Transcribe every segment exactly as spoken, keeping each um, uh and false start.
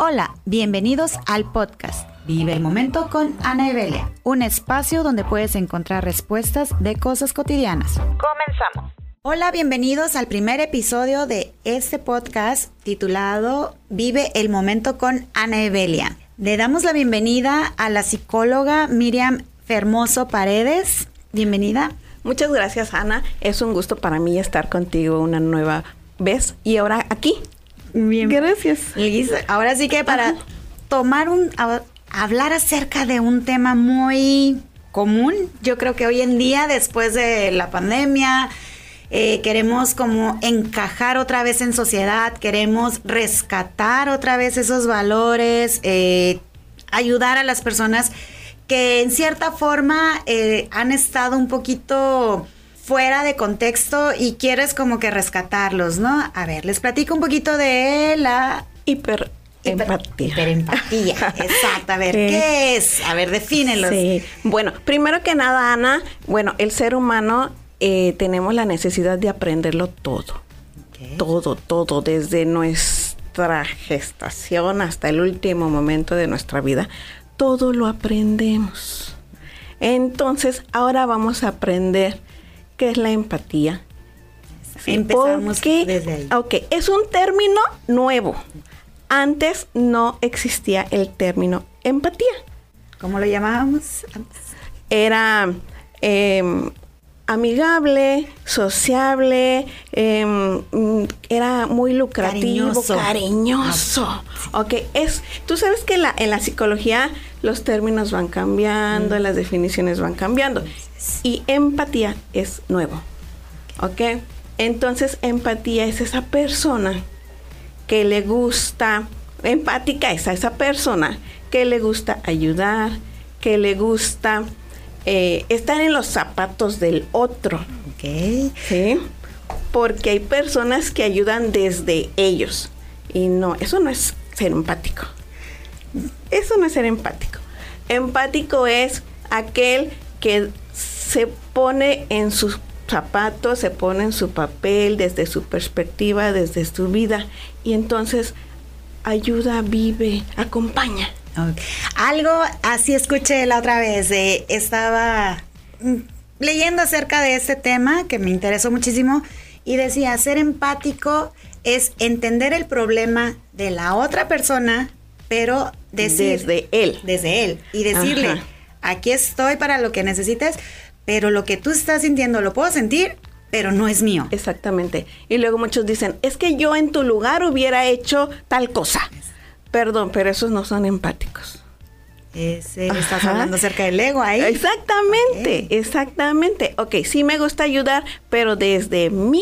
Hola, bienvenidos al podcast Vive el Momento con Ana Evelia, un espacio donde puedes encontrar respuestas de cosas cotidianas. Comenzamos. Hola, bienvenidos al primer episodio de este podcast titulado Vive el Momento con Ana Evelia. Le damos la bienvenida a la psicóloga Miriam Fermoso Paredes. Bienvenida. Muchas gracias, Ana. Es un gusto para mí estar contigo una nueva vez y ahora aquí. Bien. Gracias. Listo. Ahora sí que para Ajá. tomar un... A, hablar acerca de un tema muy común, yo creo que hoy en día, después de la pandemia, eh, queremos como encajar otra vez en sociedad, queremos rescatar otra vez esos valores, eh, ayudar a las personas que en cierta forma eh, han estado un poquito fuera de contexto y quieres como que rescatarlos, ¿no? A ver, les platico un poquito de la hiper empatía. Hiperempatía, exacto. A ver, sí. ¿Qué es? A ver, defínelos. Sí. Bueno, primero que nada, Ana, bueno, el ser humano eh, tenemos la necesidad de aprenderlo todo. Okay. Todo, todo, desde nuestra gestación hasta el último momento de nuestra vida. Todo lo aprendemos. Entonces, ahora vamos a aprender qué es la empatía. Empezamos Porque, desde ahí. Ok, es un término nuevo. Antes no existía el término empatía. ¿Cómo lo llamábamos antes? Era eh, amigable, sociable, eh, era muy lucrativo, cariñoso. cariñoso. Ok, es, tú sabes que la, en la psicología los términos van cambiando, mm. las definiciones van cambiando. Y empatía es nuevo. Ok, entonces empatía es esa persona que le gusta, empática es a esa persona que le gusta ayudar, que le gusta eh, estar en los zapatos del otro. Okay. ¿Sí? Porque hay personas que ayudan desde ellos. Y no, eso no es ser empático. Eso no es ser empático. Empático es aquel que se pone en sus zapatos, se pone en su papel, desde su perspectiva, desde su vida, y entonces ayuda, vive, acompaña. Okay. Algo así escuché la otra vez, eh, estaba leyendo acerca de este tema que me interesó muchísimo y decía, ser empático es entender el problema de la otra persona, pero decir, desde él. Desde él. Y decirle, Ajá. aquí estoy para lo que necesites, pero lo que tú estás sintiendo lo puedo sentir, pero no es mío. Exactamente. Y luego muchos dicen, es que yo en tu lugar hubiera hecho tal cosa. Perdón, pero esos no son empáticos. Ese, estás hablando acerca del ego ahí. Exactamente, okay. exactamente. Ok, sí me gusta ayudar, pero desde mi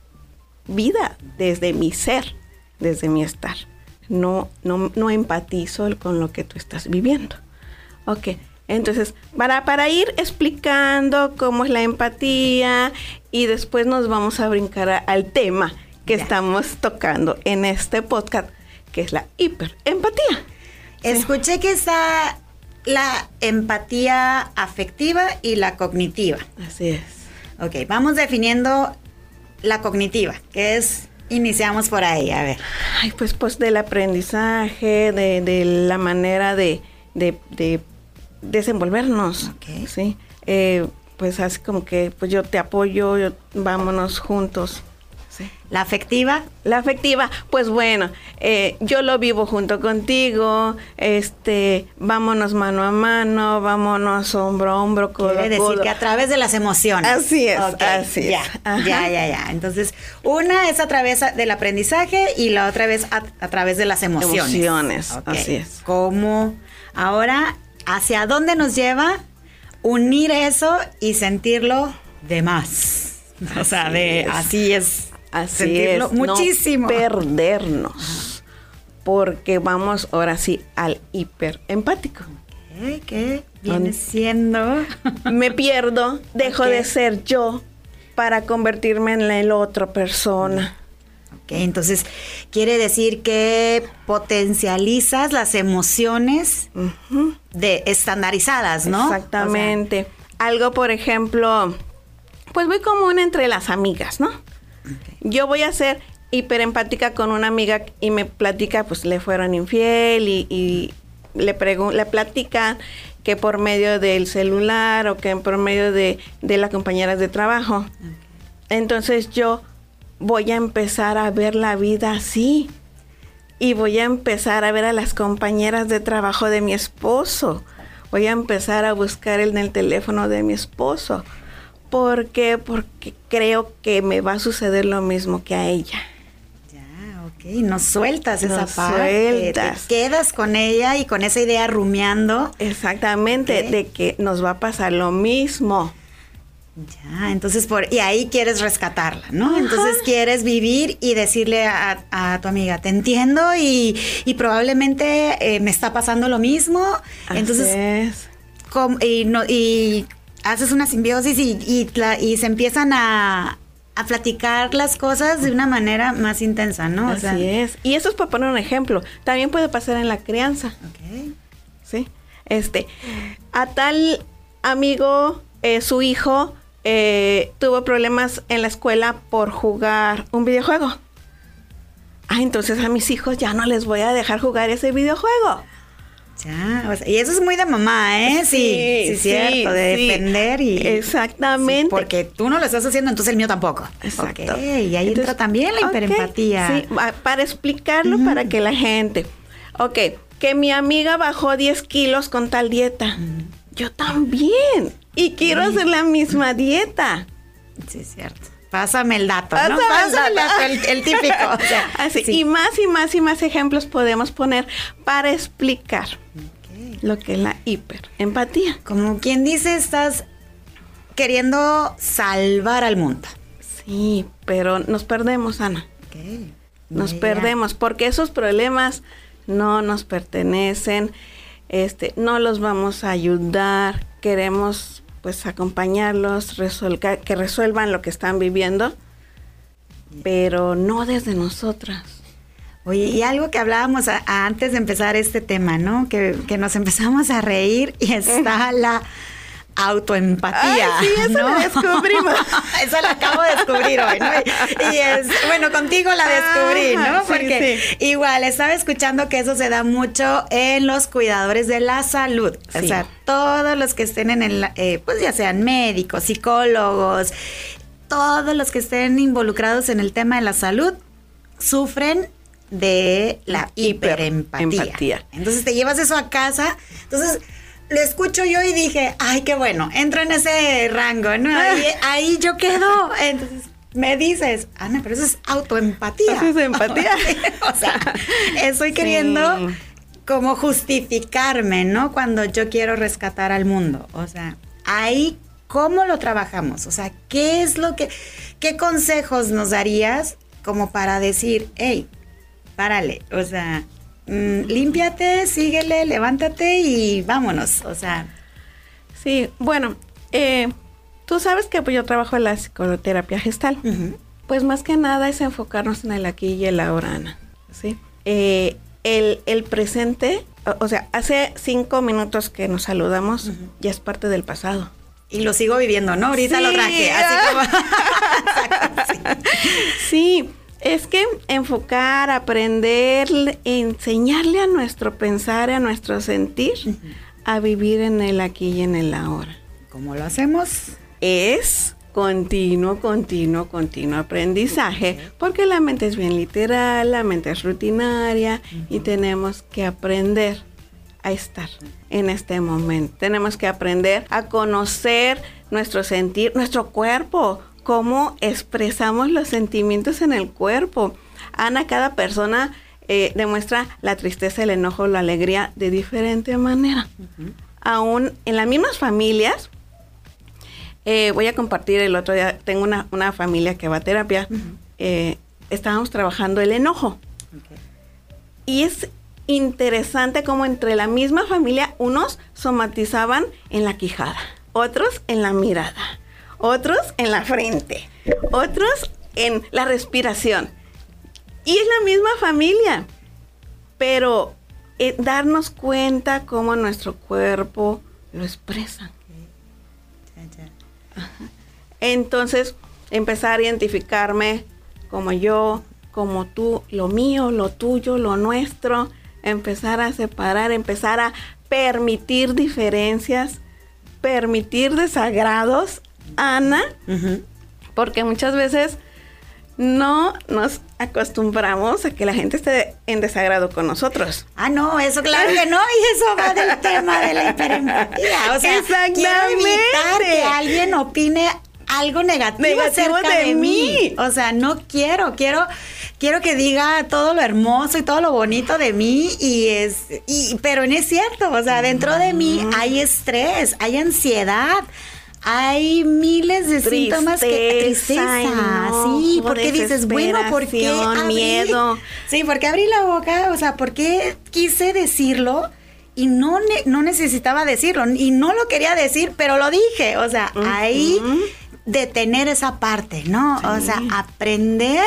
vida, desde mi ser, desde mi estar. No, no, no empatizo con lo que tú estás viviendo. Ok. Entonces, para, para ir explicando cómo es la empatía y después nos vamos a brincar a, al tema que ya. estamos tocando en este podcast, que es la hiperempatía. Escuché sí. que está la empatía afectiva y la cognitiva. Así es. Ok, vamos definiendo la cognitiva, que es, iniciamos por ahí, a ver. Ay, pues, pues del aprendizaje, de, de la manera de, de, de desenvolvernos, okay. sí, eh, pues así como que pues yo te apoyo, yo, vámonos juntos. Sí. La afectiva, la afectiva, pues bueno, eh, yo lo vivo junto contigo, este, vámonos mano a mano, vámonos hombro a hombro, codo a codo. Quiere decir que a través de las emociones. Así es, okay. así ya, es. Ya, ya, ya. Entonces, una es a través del aprendizaje y la otra vez a, a través de las emociones. Emociones, okay. así es. ¿Cómo? Ahora, ¿hacia dónde nos lleva unir eso y sentirlo de más? Así o sea, de es. así es. Así sentirlo es, muchísimo. No perdernos. Ajá. Porque vamos ahora sí al hiperempático. ¿Qué? ¿Qué viene siendo? Me pierdo, dejo okay. de ser yo para convertirme en la otra persona. Ok, entonces quiere decir que potencializas las emociones uh-huh. de estandarizadas, ¿no? Exactamente. O sea, algo, por ejemplo, pues muy común entre las amigas, ¿no? Okay. Yo voy a ser hiperempática con una amiga y me platica, pues le fueron infiel y, y le, pregu- le platica que por medio del celular o que por medio de, de las compañeras de trabajo. Okay. Entonces yo voy a empezar a ver la vida así y voy a empezar a ver a las compañeras de trabajo de mi esposo. Voy a empezar a buscar en el teléfono de mi esposo. ¿Por qué? Porque creo que me va a suceder lo mismo que a ella. Y no sueltas no esa parte, sueltas. Te quedas con ella y con esa idea rumiando. Exactamente, okay. De que nos va a pasar lo mismo. Ya, entonces, por y ahí quieres rescatarla, ¿no? Ajá. Entonces quieres vivir y decirle a, a tu amiga, te entiendo y, y probablemente eh, me está pasando lo mismo. Así entonces, es. Com, y, no, y haces una simbiosis y, y, la, y se empiezan a... a platicar las cosas de una manera más intensa, ¿no? Así o sea, es. Y eso es para poner un ejemplo. También puede pasar en la crianza. Okay. Sí. Este, a tal amigo, eh, su hijo eh, tuvo problemas en la escuela por jugar un videojuego. Ah, entonces a mis hijos ya no les voy a dejar jugar ese videojuego. Ya, o sea, y eso es muy de mamá, ¿eh? Sí, sí, sí, sí cierto, de sí. defender y... Exactamente. Sí, porque tú no lo estás haciendo, entonces el mío tampoco. Exacto. Okay, y ahí entonces, entra también la hiperempatía. Okay, sí, para explicarlo uh-huh. para que la gente... Ok, que mi amiga bajó diez kilos con tal dieta. Uh-huh. Yo también. Y quiero uh-huh. hacer la misma dieta. Sí, es cierto. Pásame el dato, Pásame ¿no? Pásame el, dato. El, el, el típico. O sea, Así, sí. Y más y más y más ejemplos podemos poner para explicar okay. lo que es la hiperempatía. Como quien dice, estás queriendo salvar al mundo. Sí, pero nos perdemos, Ana. Okay. Nos yeah. perdemos porque esos problemas no nos pertenecen, este, no los vamos a ayudar, queremos... pues acompañarlos, resuelva, que resuelvan lo que están viviendo, pero no desde nosotras. Oye, y algo que hablábamos a, a antes de empezar este tema, ¿no? Que, que nos empezamos a reír y está la autoempatía. Ay, sí, eso ¿no? lo descubrimos. Eso lo acabo de descubrir hoy, ¿no? Y, y es, bueno, contigo la descubrí, ¿no? Sí, Porque sí. igual estaba escuchando que eso se da mucho en los cuidadores de la salud. Sí. O sea, todos los que estén en el, eh, pues ya sean médicos, psicólogos, todos los que estén involucrados en el tema de la salud, sufren de la hiperempatía. Empatía. Entonces te llevas eso a casa, entonces... Lo escucho yo y dije, ay, qué bueno, entro en ese rango, ¿no? Ahí, ahí yo quedo. Entonces me dices, Ana, pero eso es autoempatía. Eso es empatía. O sea, estoy sí. queriendo como justificarme, ¿no? Cuando yo quiero rescatar al mundo. O sea, ahí, ¿cómo lo trabajamos? O sea, ¿qué es lo que, qué consejos nos darías como para decir, hey, párale, o sea... Mm, límpiate, síguele, levántate y vámonos, o sea. Sí, bueno, eh, tú sabes que pues, yo trabajo en la psicoterapia gestal. Uh-huh. Pues más que nada es enfocarnos en el aquí y el ahora, Ana, ¿sí? Eh, el, el presente, o, o sea, hace cinco minutos que nos saludamos, uh-huh. ya es parte del pasado. Y lo sigo viviendo, ¿no? Ahorita sí. lo traje, así como... Exacto, sí. sí. Es que enfocar, aprender, enseñarle a nuestro pensar, a nuestro sentir, uh-huh. a vivir en el aquí y en el ahora. ¿Cómo lo hacemos? Es continuo, continuo, continuo aprendizaje, okay. porque la mente es bien literal, la mente es rutinaria uh-huh. y tenemos que aprender a estar en este momento. Tenemos que aprender a conocer nuestro sentir, nuestro cuerpo, cómo expresamos los sentimientos en el cuerpo. Ana, cada persona eh, demuestra la tristeza, el enojo, la alegría de diferente manera. Uh-huh. Aún en las mismas familias, eh, voy a compartir el otro día, tengo una, una familia que va a terapia, uh-huh. eh, estábamos trabajando el enojo. Okay. Y es interesante cómo entre la misma familia, unos somatizaban en la quijada, otros en la mirada, otros en la frente, otros en la respiración. Y es la misma familia, pero eh, darnos cuenta cómo nuestro cuerpo lo expresa. Okay. Ya, ya. Entonces, empezar a identificarme como yo, como tú, lo mío, lo tuyo, lo nuestro, empezar a separar, empezar a permitir diferencias, permitir desagrados, Ana, uh-huh. porque muchas veces no nos acostumbramos a que la gente esté en desagrado con nosotros. Ah, no, eso claro que no, y eso va del tema de la hiperempatía. O sea, quiero evitar que alguien opine algo negativo, negativo acerca de, de mí. mí. O sea, no quiero, quiero, quiero que diga todo lo hermoso y todo lo bonito de mí, y es, y, pero no es cierto. O sea, dentro de mí hay estrés, hay ansiedad. Hay miles de tristeza, síntomas que tristeza, no, sí, porque dices, bueno, ¿por qué abrí? Miedo. Sí, ¿por qué abrí la boca? O sea, ¿por qué quise decirlo? Y no, ne- no necesitaba decirlo, y no lo quería decir, pero lo dije. O sea, uh-huh. ahí detener esa parte, ¿no? Sí. O sea, aprender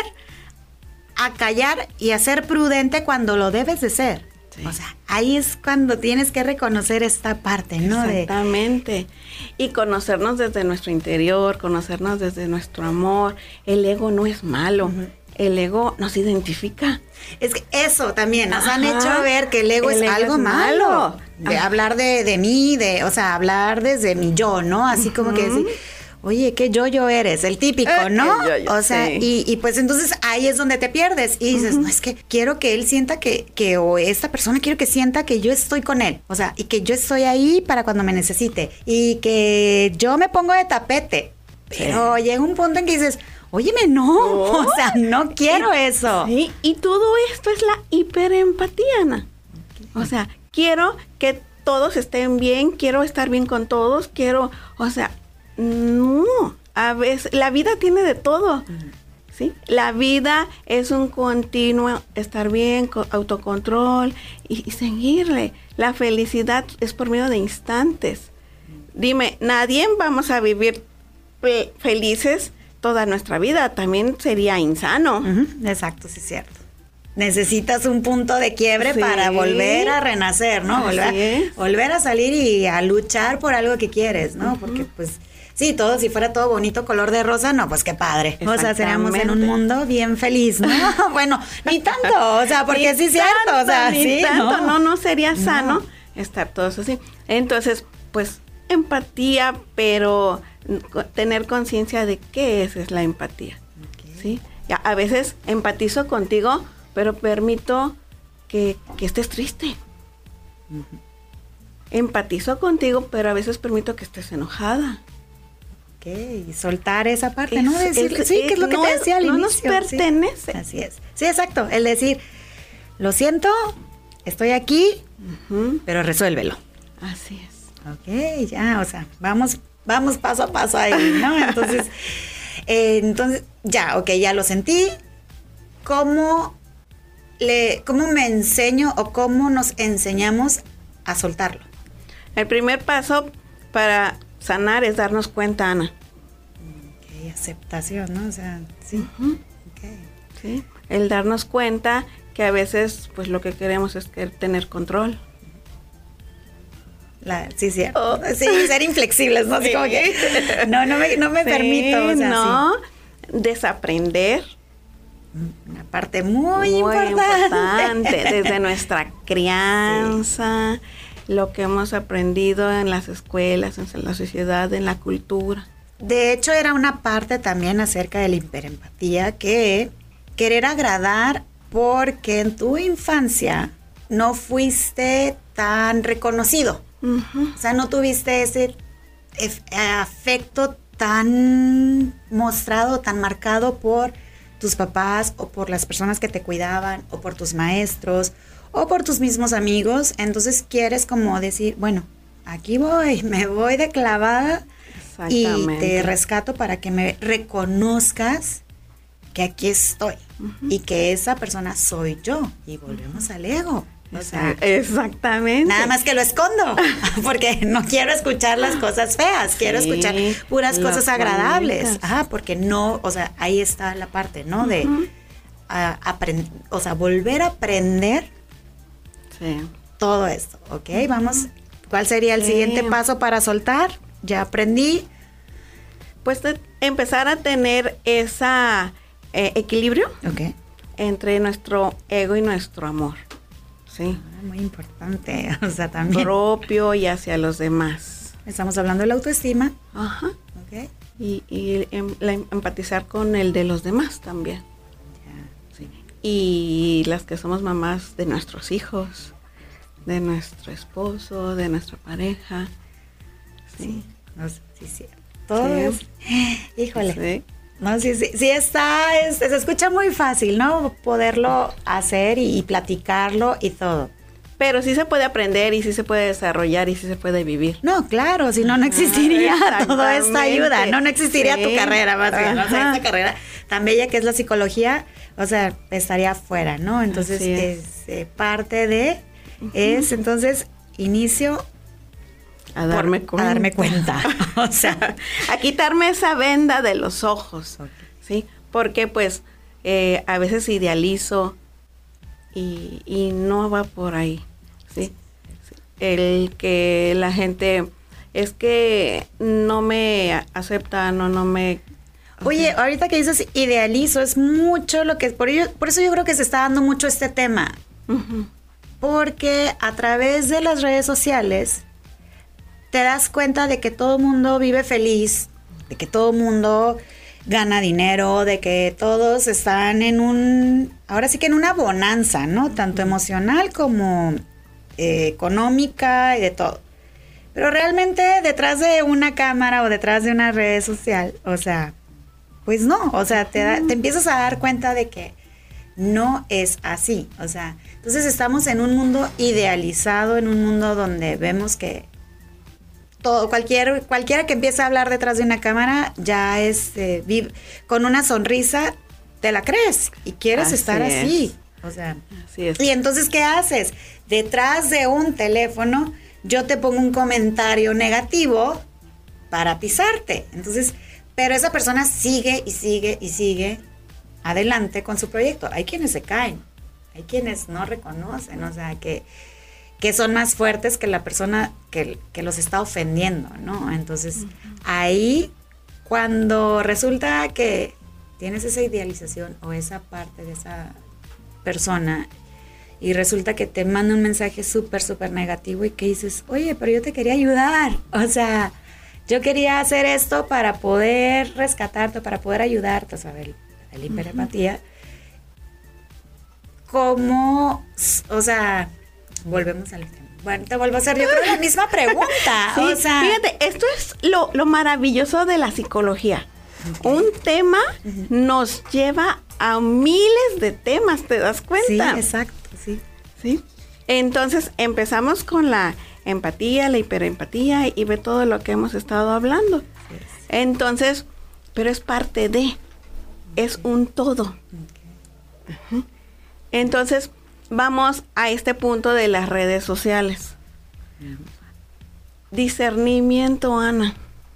a callar y a ser prudente cuando lo debes de ser. Sí. O sea, ahí es cuando tienes que reconocer esta parte, ¿no? Exactamente. De... Y conocernos desde nuestro interior, conocernos desde nuestro amor. El ego no es malo. Uh-huh. El ego nos identifica. Es que eso también nos Ajá. han hecho ver que el ego el es ego algo es malo. malo. De Ajá. hablar de, de mí, de, o sea, hablar desde mi yo, ¿no? Así uh-huh. como que decir, oye, ¿qué yo-yo eres? El típico, ¿no? El yo-yo, o sea, sí. y, y pues entonces ahí es donde te pierdes. Y dices, uh-huh. no, es que quiero que él sienta que, que, o esta persona quiero que sienta que yo estoy con él. O sea, y que yo estoy ahí para cuando me necesite. Y que yo me pongo de tapete. Pero sí. llega un punto en que dices, óyeme, no. Oh. O sea, no quiero y, eso. Sí, y todo esto es la hiperempatía, Ana. Okay. O sea, quiero que todos estén bien, quiero estar bien con todos, quiero, o sea, no, a veces la vida tiene de todo, uh-huh. ¿sí? La vida es un continuo estar bien, autocontrol y, y seguirle. La felicidad es por medio de instantes. Uh-huh. Dime, nadie vamos a vivir fe- felices toda nuestra vida, también sería insano. Uh-huh. Exacto, sí es cierto. Necesitas un punto de quiebre sí. para volver a renacer, ¿no? Volver, volver a salir y a luchar por algo que quieres, ¿no? Uh-huh. Porque pues sí, todo, si fuera todo bonito, color de rosa, no, pues qué padre. O sea, seríamos en un mundo bien feliz, ¿no? Bueno, ni tanto, o sea, porque ni sí es cierto, tanto, o sea, ni sí, tanto, no, no, no sería sano no. estar todos así. Entonces, pues, empatía, pero tener conciencia de qué es, es la empatía, okay. ¿sí? Ya, a veces empatizo contigo, pero permito que, que estés triste. Uh-huh. Empatizo contigo, pero a veces permito que estés enojada. Y soltar esa parte, es, ¿no? Decirle, es, sí, que es lo que no, te decía al no inicio. No nos pertenece. Sí, así es. Sí, exacto. El decir, lo siento, estoy aquí, uh-huh. pero resuélvelo. Así es. Ok, ya, o sea, vamos, vamos paso a paso ahí, ¿no? Entonces, eh, entonces, ya, ok, ya lo sentí. ¿Cómo le, cómo me enseño o cómo nos enseñamos a soltarlo? El primer paso para sanar es darnos cuenta, Ana. Ok, aceptación, ¿no? O sea, sí. Uh-huh. Okay. Sí. El darnos cuenta que a veces, pues, lo que queremos es que tener control. La, sí, sí. Oh. Sí, ser inflexibles, ¿no? Así sí. como que, no, no me, no me sí, permito. O sea, no. Sí. Desaprender. Una parte muy, muy importante. importante. Desde nuestra crianza. Sí. Lo que hemos aprendido en las escuelas, en la sociedad, en la cultura. De hecho, era una parte también acerca de la hiperempatía, que querer agradar porque en tu infancia no fuiste tan reconocido. Uh-huh. O sea, no tuviste ese afecto tan mostrado, tan marcado por tus papás o por las personas que te cuidaban o por tus maestros o por tus mismos amigos. Entonces quieres como decir, bueno, aquí voy, me voy de clavada y te rescato para que me reconozcas que aquí estoy uh-huh. y que esa persona soy yo. Y volvemos uh-huh. al ego. O sea, exactamente. Nada más que lo escondo, porque no quiero escuchar las cosas feas, sí, quiero escuchar puras cosas agradables. Ajá, porque no, o sea, ahí está la parte, ¿no? Uh-huh. De uh, aprender, o sea, volver a aprender sí. todo esto, ¿ok? Uh-huh. Vamos, ¿cuál sería el sí. siguiente paso para soltar? Ya aprendí. Pues de empezar a tener ese eh, equilibrio. Ok. entre nuestro ego y nuestro amor. Sí. Ah, muy importante, o sea, también. Propio y hacia los demás. Estamos hablando de la autoestima. Ajá. Okay. Y, y em, la, empatizar con el de los demás también. Ya. Sí. Y las que somos mamás de nuestros hijos, de nuestro esposo, de nuestra pareja. Sí. No, sí, sí. Todo Sí. es, híjole. Sí. No, sí, sí, sí está, es- se escucha muy fácil, ¿no? Poderlo hacer y, y platicarlo y todo. Pero sí se puede aprender y sí se puede desarrollar y sí se puede vivir. No, claro, si no, no existiría Ah, toda esta ayuda, no, no existiría sí. tu carrera, más bien, o sea, Ajá. esta carrera tan bella que es la psicología, o sea, estaría fuera, ¿no? Entonces, Así es. es, eh, parte de, es, entonces, inicio A por- darme a cuenta. darme cuenta, o sea, A quitarme esa venda de los ojos, Ok. ¿sí? Porque pues eh, a veces idealizo y, y no va por ahí, ¿sí? Sí. El que la gente es que no me aceptan o no me... oye, ahorita que dices idealizo, es mucho lo que, por ello, por eso yo creo que se está dando mucho este tema, Ujú. porque a través de las redes sociales te das cuenta de que todo el mundo vive feliz, de que todo el mundo gana dinero, de que todos están en un, ahora sí que en una bonanza, ¿no? Tanto emocional como eh, económica y de todo. Pero realmente detrás de una cámara o detrás de una red social, o sea, pues no, o sea, te, da- te empiezas a dar cuenta de que no es así, o sea, entonces estamos en un mundo idealizado, en un mundo donde vemos que todo, cualquier, cualquiera que empiece a hablar detrás de una cámara ya es, eh, vive- con una sonrisa, te la crees y quieres Así estar es. así, o sea, Así es. y entonces, ¿qué haces? Detrás de un teléfono, yo te pongo un comentario negativo para pisarte. Entonces, pero esa persona sigue y sigue y sigue adelante con su proyecto. Hay quienes se caen, hay quienes no reconocen, o sea, que, que son más fuertes que la persona que, que los está ofendiendo, ¿no? Entonces, ahí, cuando resulta que tienes esa idealización o esa parte de esa persona y resulta que te manda un mensaje súper, súper negativo y que dices, oye, pero yo te quería ayudar, o sea, yo quería hacer esto para poder rescatarte, para poder ayudarte, o sea, el, el hiperempatía, como, o sea, volvemos al tema. Bueno, te vuelvo a hacer yo creo la misma pregunta, Sí, o sea, fíjate, esto es lo, lo maravilloso de la psicología. Un tema nos lleva a miles de temas, ¿te das sí, cuenta? exacto, sí. ¿Sí? Entonces empezamos con la empatía, la hiperempatía y ve todo lo que hemos estado hablando. Entonces, pero es parte de, es un todo. Ujú. Entonces, vamos a este punto de las redes sociales. Discernimiento, Ana.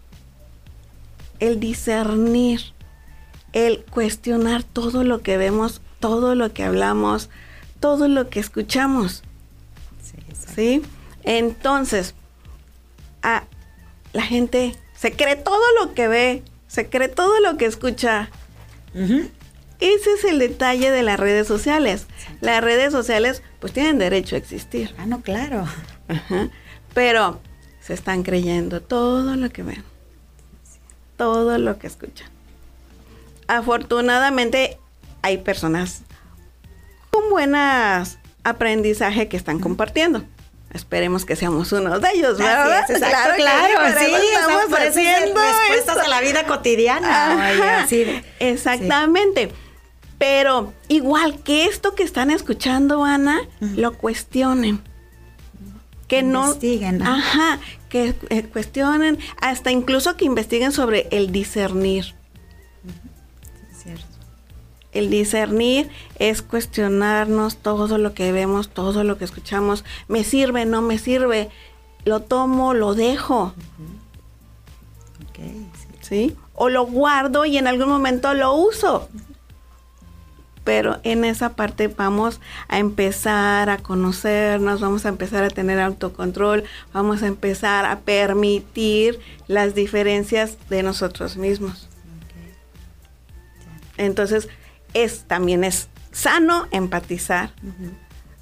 El discernir, el cuestionar todo lo que vemos, todo lo que hablamos, todo lo que escuchamos. Sí, exacto. ¿Sí? Entonces, a, la gente se cree todo lo que ve, se cree todo lo que escucha. Ujú. Ese es el detalle de las redes sociales. Las redes sociales pues tienen derecho a existir. Ah, no, claro. Ajá. Pero se están creyendo todo lo que ven, todo lo que escuchan. Afortunadamente hay personas con buenas aprendizaje que están compartiendo. Esperemos que seamos uno de ellos, ¿verdad? Así es, exacto, Claro, que claro, sí, sí, pero estamos estamos por eso es haciendo respuestas esto. a la vida cotidiana. Oye, Ajá, así de- exactamente. Pero igual que esto que están escuchando, Ana, Ujú. lo cuestionen. Que no, Investiguen, ¿no? ajá, que eh, cuestionen, hasta incluso que investiguen sobre el discernir. Sí, es cierto. El discernir es cuestionarnos todo lo que vemos, todo lo que escuchamos. ¿Me sirve? ¿No me sirve? ¿Lo tomo? ¿Lo dejo? Ok, sí. ¿Sí? O lo guardo y en algún momento lo uso. Pero en esa parte vamos a empezar a conocernos, vamos a empezar a tener autocontrol, vamos a empezar a permitir las diferencias de nosotros mismos. Ok. Entonces, es también es sano empatizar, uh-huh.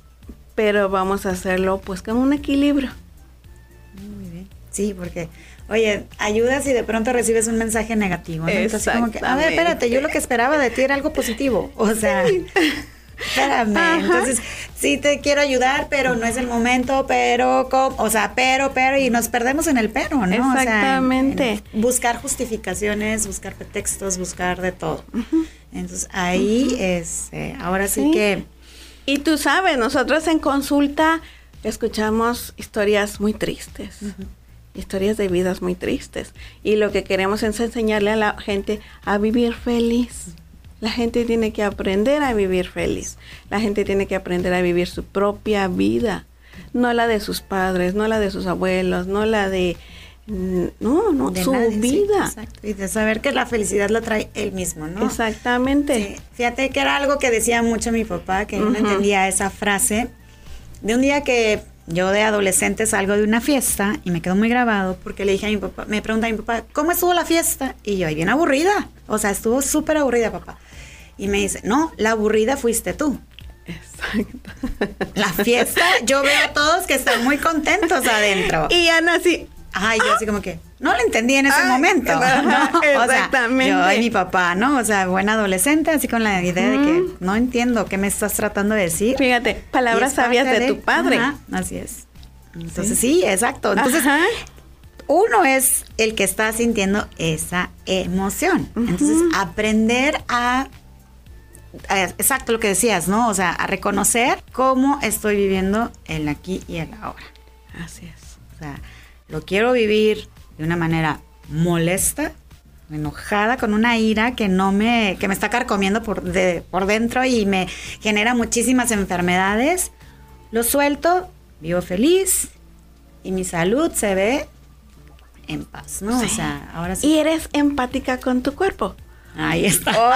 pero vamos a hacerlo pues con un equilibrio. Muy bien. Sí, porque, oye, ayudas y de pronto recibes un mensaje negativo, ¿no? Entonces, como que, a ver, espérate, yo lo que esperaba de ti era algo positivo. O sea, sí. espérame. Ajá. Entonces, sí te quiero ayudar, pero no es el momento, pero, o sea, pero, pero, y nos perdemos en el pero, ¿no? Exactamente. O sea, en, en buscar justificaciones, buscar pretextos, buscar de todo. Uh-huh. Entonces, ahí uh-huh. es, eh, ahora sí, sí que... Y tú sabes, nosotros en consulta escuchamos historias muy tristes. Uh-huh. Historias de vidas muy tristes. Y lo que queremos es enseñarle a la gente a vivir feliz. La gente tiene que aprender a vivir feliz. La gente tiene que aprender a vivir su propia vida. No la de sus padres, no la de sus abuelos, no la de... No, no, de su nadie, vida. Sí, exacto. Y de saber que la felicidad la trae él mismo, ¿no? Exactamente. Sí. Fíjate que era algo que decía mucho mi papá, que uh-huh. no entendía esa frase. De un día que... yo de adolescente salgo de una fiesta y me quedó muy grabado porque le dije a mi papá, me pregunta a mi papá, ¿cómo estuvo la fiesta? Y yo, ahí bien aburrida. O sea, estuvo súper aburrida, papá. Y me dice, no, la aburrida fuiste tú. Exacto. La fiesta, yo veo a todos que están muy contentos adentro. Y Ana sí. Ay, yo así como que, no lo entendí en ese Ay, momento. ¿No? Exactamente. O sea, yo y mi papá, ¿no? O sea, buen adolescente, así con la idea mm. de que no entiendo qué me estás tratando de decir. Fíjate, palabras sabias de, de tu padre. Ajá, así es. Entonces, sí, sí exacto. Entonces, ajá. uno es el que está sintiendo esa emoción. Uh-huh. Entonces, aprender a, a, exacto lo que decías, ¿no? O sea, a reconocer cómo estoy viviendo el aquí y el ahora. Así es. O sea, lo quiero vivir de una manera molesta, enojada, con una ira que no me, que me está carcomiendo por, de, por dentro y me genera muchísimas enfermedades. Lo suelto, vivo feliz y mi salud se ve en paz, ¿no? Sí. O sea, ahora sí. Y eres empática con tu cuerpo. Ahí está. Oh.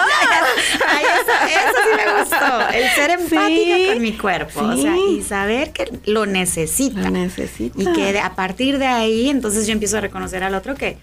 Ahí está. Eso sí me gustó. El ser empática sí. con mi cuerpo. Sí. O sea, y saber que lo necesita. Lo necesita. Y que de, a partir de ahí, entonces yo empiezo a reconocer al otro que,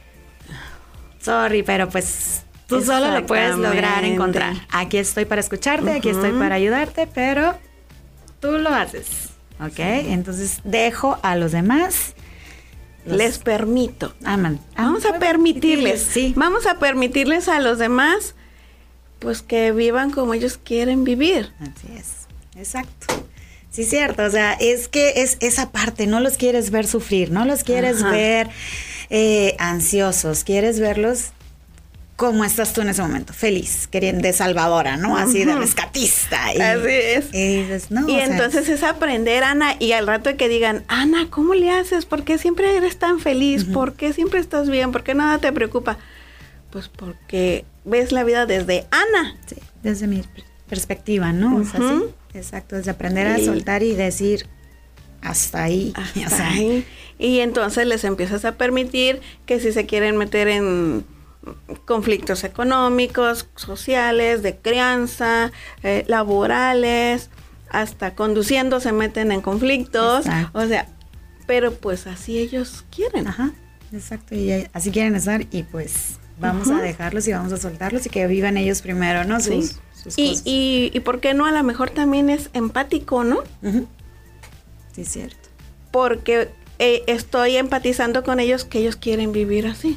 sorry, pero pues tú solo lo puedes lograr encontrar. Aquí estoy para escucharte, uh-huh. aquí estoy para ayudarte, pero tú lo haces. ¿Ok? Sí. Entonces dejo a los demás. Los... Les permito. Aman. Vamos a permitirles. Sí. Vamos a permitirles a los demás, pues que vivan como ellos quieren vivir. Así es. Exacto. Sí, cierto. O sea, es que es esa parte. No los quieres ver sufrir, no los quieres Ajá. ver eh, ansiosos. Quieres verlos como estás tú en ese momento, feliz, queriendo de salvadora, ¿no? Así de rescatista. Y, así es. Y dices, no. Y o entonces sea, es aprender, Ana, y al rato que digan, Ana, ¿cómo le haces? ¿Por qué siempre eres tan feliz? Uh-huh. ¿Por qué siempre estás bien? ¿Por qué nada te preocupa? Pues porque ves la vida desde Ana. Sí, desde mi perspectiva, ¿no? Uh-huh. O sea, sí, exacto, desde aprender a sí. soltar y decir, hasta ahí. Hasta o sea, ahí. Y entonces les empiezas a permitir que si se quieren meter en conflictos económicos, sociales, de crianza, eh, laborales, hasta conduciendo se meten en conflictos. Exacto. O sea, pero pues así ellos quieren. Ajá, exacto, y así quieren estar y pues vamos uh-huh. a dejarlos y vamos a soltarlos y que vivan ellos primero, ¿no? Sus, sí. sus y, cosas. Y, y por qué no, a lo mejor también es empático, ¿no? Uh-huh. Sí, cierto. Porque eh, estoy empatizando con ellos que ellos quieren vivir así.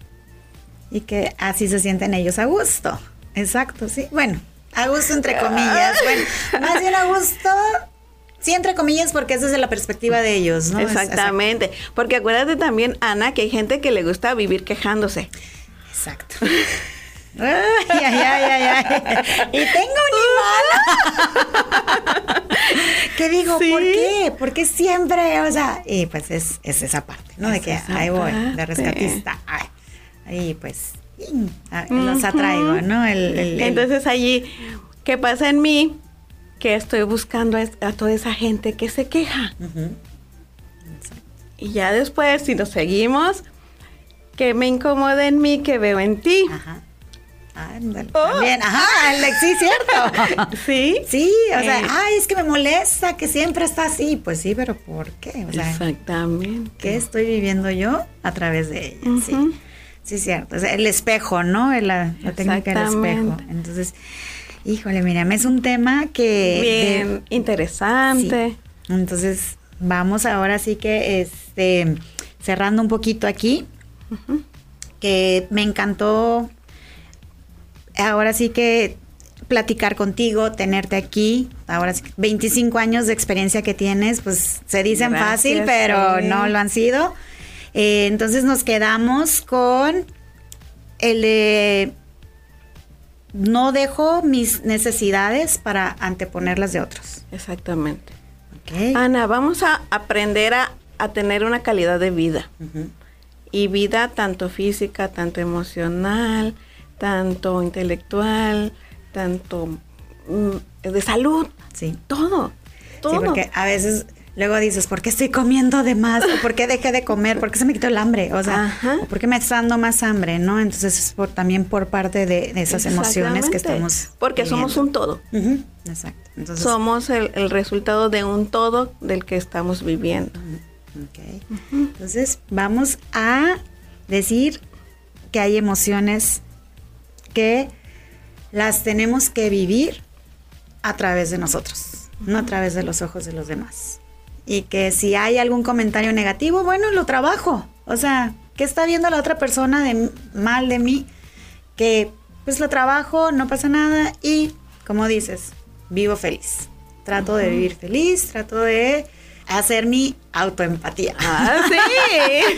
Y que así se sienten ellos a gusto. Exacto, sí. Bueno, a gusto entre comillas. Bueno, más bien a gusto, sí, entre comillas, porque eso es de la perspectiva de ellos, ¿no? Exactamente. Es, exacto. Porque acuérdate también, Ana, que hay gente que le gusta vivir quejándose. Exacto. Ay, ay, ay, ay, ay. Y tengo un imán. ¿Qué digo? ¿Sí? ¿Por qué? Porque siempre, o sea, y pues es, es esa parte, ¿no? Es de que ahí voy, de rescatista. Ay. Y pues los atraigo, ¿no? El, el, el... Entonces allí, ¿qué pasa en mí? Que estoy buscando a toda esa gente que se queja. Uh-huh. Y ya después, si nos seguimos, que me incomoda en mí, que veo en ti. Ajá. Ándale. Oh. También, ajá, sí, cierto. Sí. Sí, o sea, eh. ay, es que me molesta que siempre está así. Pues sí, pero ¿por qué? O sea, exactamente. ¿Qué estoy viviendo yo a través de ella? Uh-huh. Sí. Sí, cierto. O sea, el espejo, ¿no? La, la técnica del espejo. Entonces, Híjole, Miriam, es un tema que... Bien de, interesante. Sí. Entonces, vamos ahora sí que este, cerrando un poquito aquí, uh-huh. que me encantó ahora sí que platicar contigo, tenerte aquí. Ahora sí, veinticinco años de experiencia que tienes, pues se dicen Gracias, fácil, pero sí. no lo han sido. Eh, entonces nos quedamos con el de no dejo mis necesidades para anteponerlas de otros. Exactamente. Okay. Ana, vamos a aprender a, a tener una calidad de vida. Uh-huh. Y vida tanto física, tanto emocional, tanto intelectual, tanto mm, de salud. Sí. Todo, todo. Sí, porque a veces... Luego dices, ¿por qué estoy comiendo de más? ¿O por qué dejé de comer? ¿Por qué se me quitó el hambre? O sea, ¿o por qué me está dando más hambre? ¿No? Entonces es por, también por parte de, de esas emociones que estamos Porque viviendo. Somos un todo. Uh-huh. Exacto. Entonces, somos el, el resultado de un todo del que estamos viviendo. Uh-huh. Okay. Uh-huh. Entonces vamos a decir que hay emociones que las tenemos que vivir a través de nosotros, uh-huh. no a través de los ojos de los demás. Y que si hay algún comentario negativo, bueno, lo trabajo. O sea, ¿qué está viendo la otra persona de mal de mí? Que pues lo trabajo, no pasa nada y, como dices, vivo feliz. Trato uh-huh. de vivir feliz, trato de hacer mi autoempatía. Ah, sí.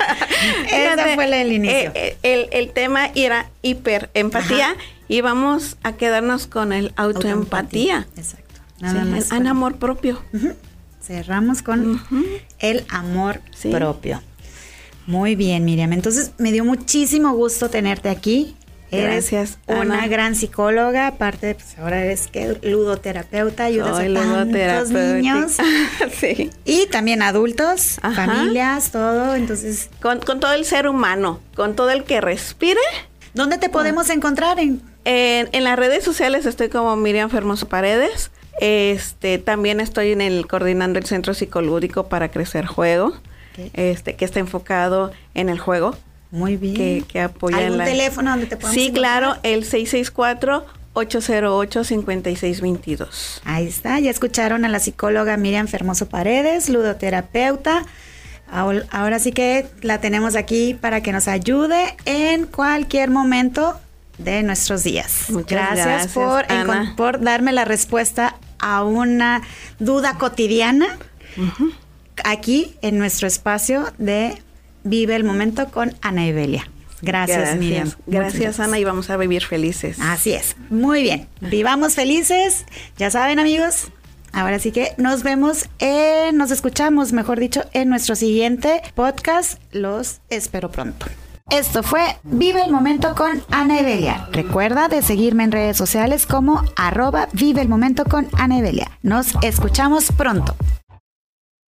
Ese fue el, el inicio. Eh, el, el tema era hiperempatía Ajá. y vamos a quedarnos con el autoempatía. autoempatía. Exacto. Nada sí, más. En amor propio. Uh-huh. Cerramos con uh-huh. el amor sí. propio. Muy bien, Miriam. Entonces, me dio muchísimo gusto tenerte aquí. Gracias, eres una Ana. gran psicóloga. Aparte, pues ahora eres que ludoterapeuta, ayudas Soy a tantos niños. sí. Y también adultos, Ajá. familias, todo. Entonces, con, con todo el ser humano, con todo el que respire. ¿Dónde te podemos uh. encontrar? En, en, en las redes sociales estoy como Miriam Fermoso Paredes. Este, también estoy en el coordinando el Centro Psicolúdico para Crecer Juego, okay. este, que está enfocado en el juego. Muy bien. Que, que apoya ¿Algún la... teléfono donde te podamos Sí, encontrar? claro, el seis seis cuatro, ocho cero ocho, cinco seis dos dos. Ahí está, ya escucharon a la psicóloga Miriam Fermoso Paredes, ludoterapeuta. Ahora sí que la tenemos aquí para que nos ayude en cualquier momento de nuestros días. Muchas gracias, gracias por, Ana. encon- por darme la respuesta a una duda cotidiana uh-huh. aquí en nuestro espacio de Vive el Momento con Ana Evelia. Gracias, gracias Miriam. Gracias, gracias, Ana, y vamos a vivir felices. Así es. Muy bien. Vivamos felices. Ya saben, amigos. Ahora sí que nos vemos, en, nos escuchamos, mejor dicho, en nuestro siguiente podcast. Los espero pronto. Esto fue Vive el Momento con Ana Evelia. Recuerda de seguirme en redes sociales como arroba Vive el Momento con Ana Evelia. Nos escuchamos pronto.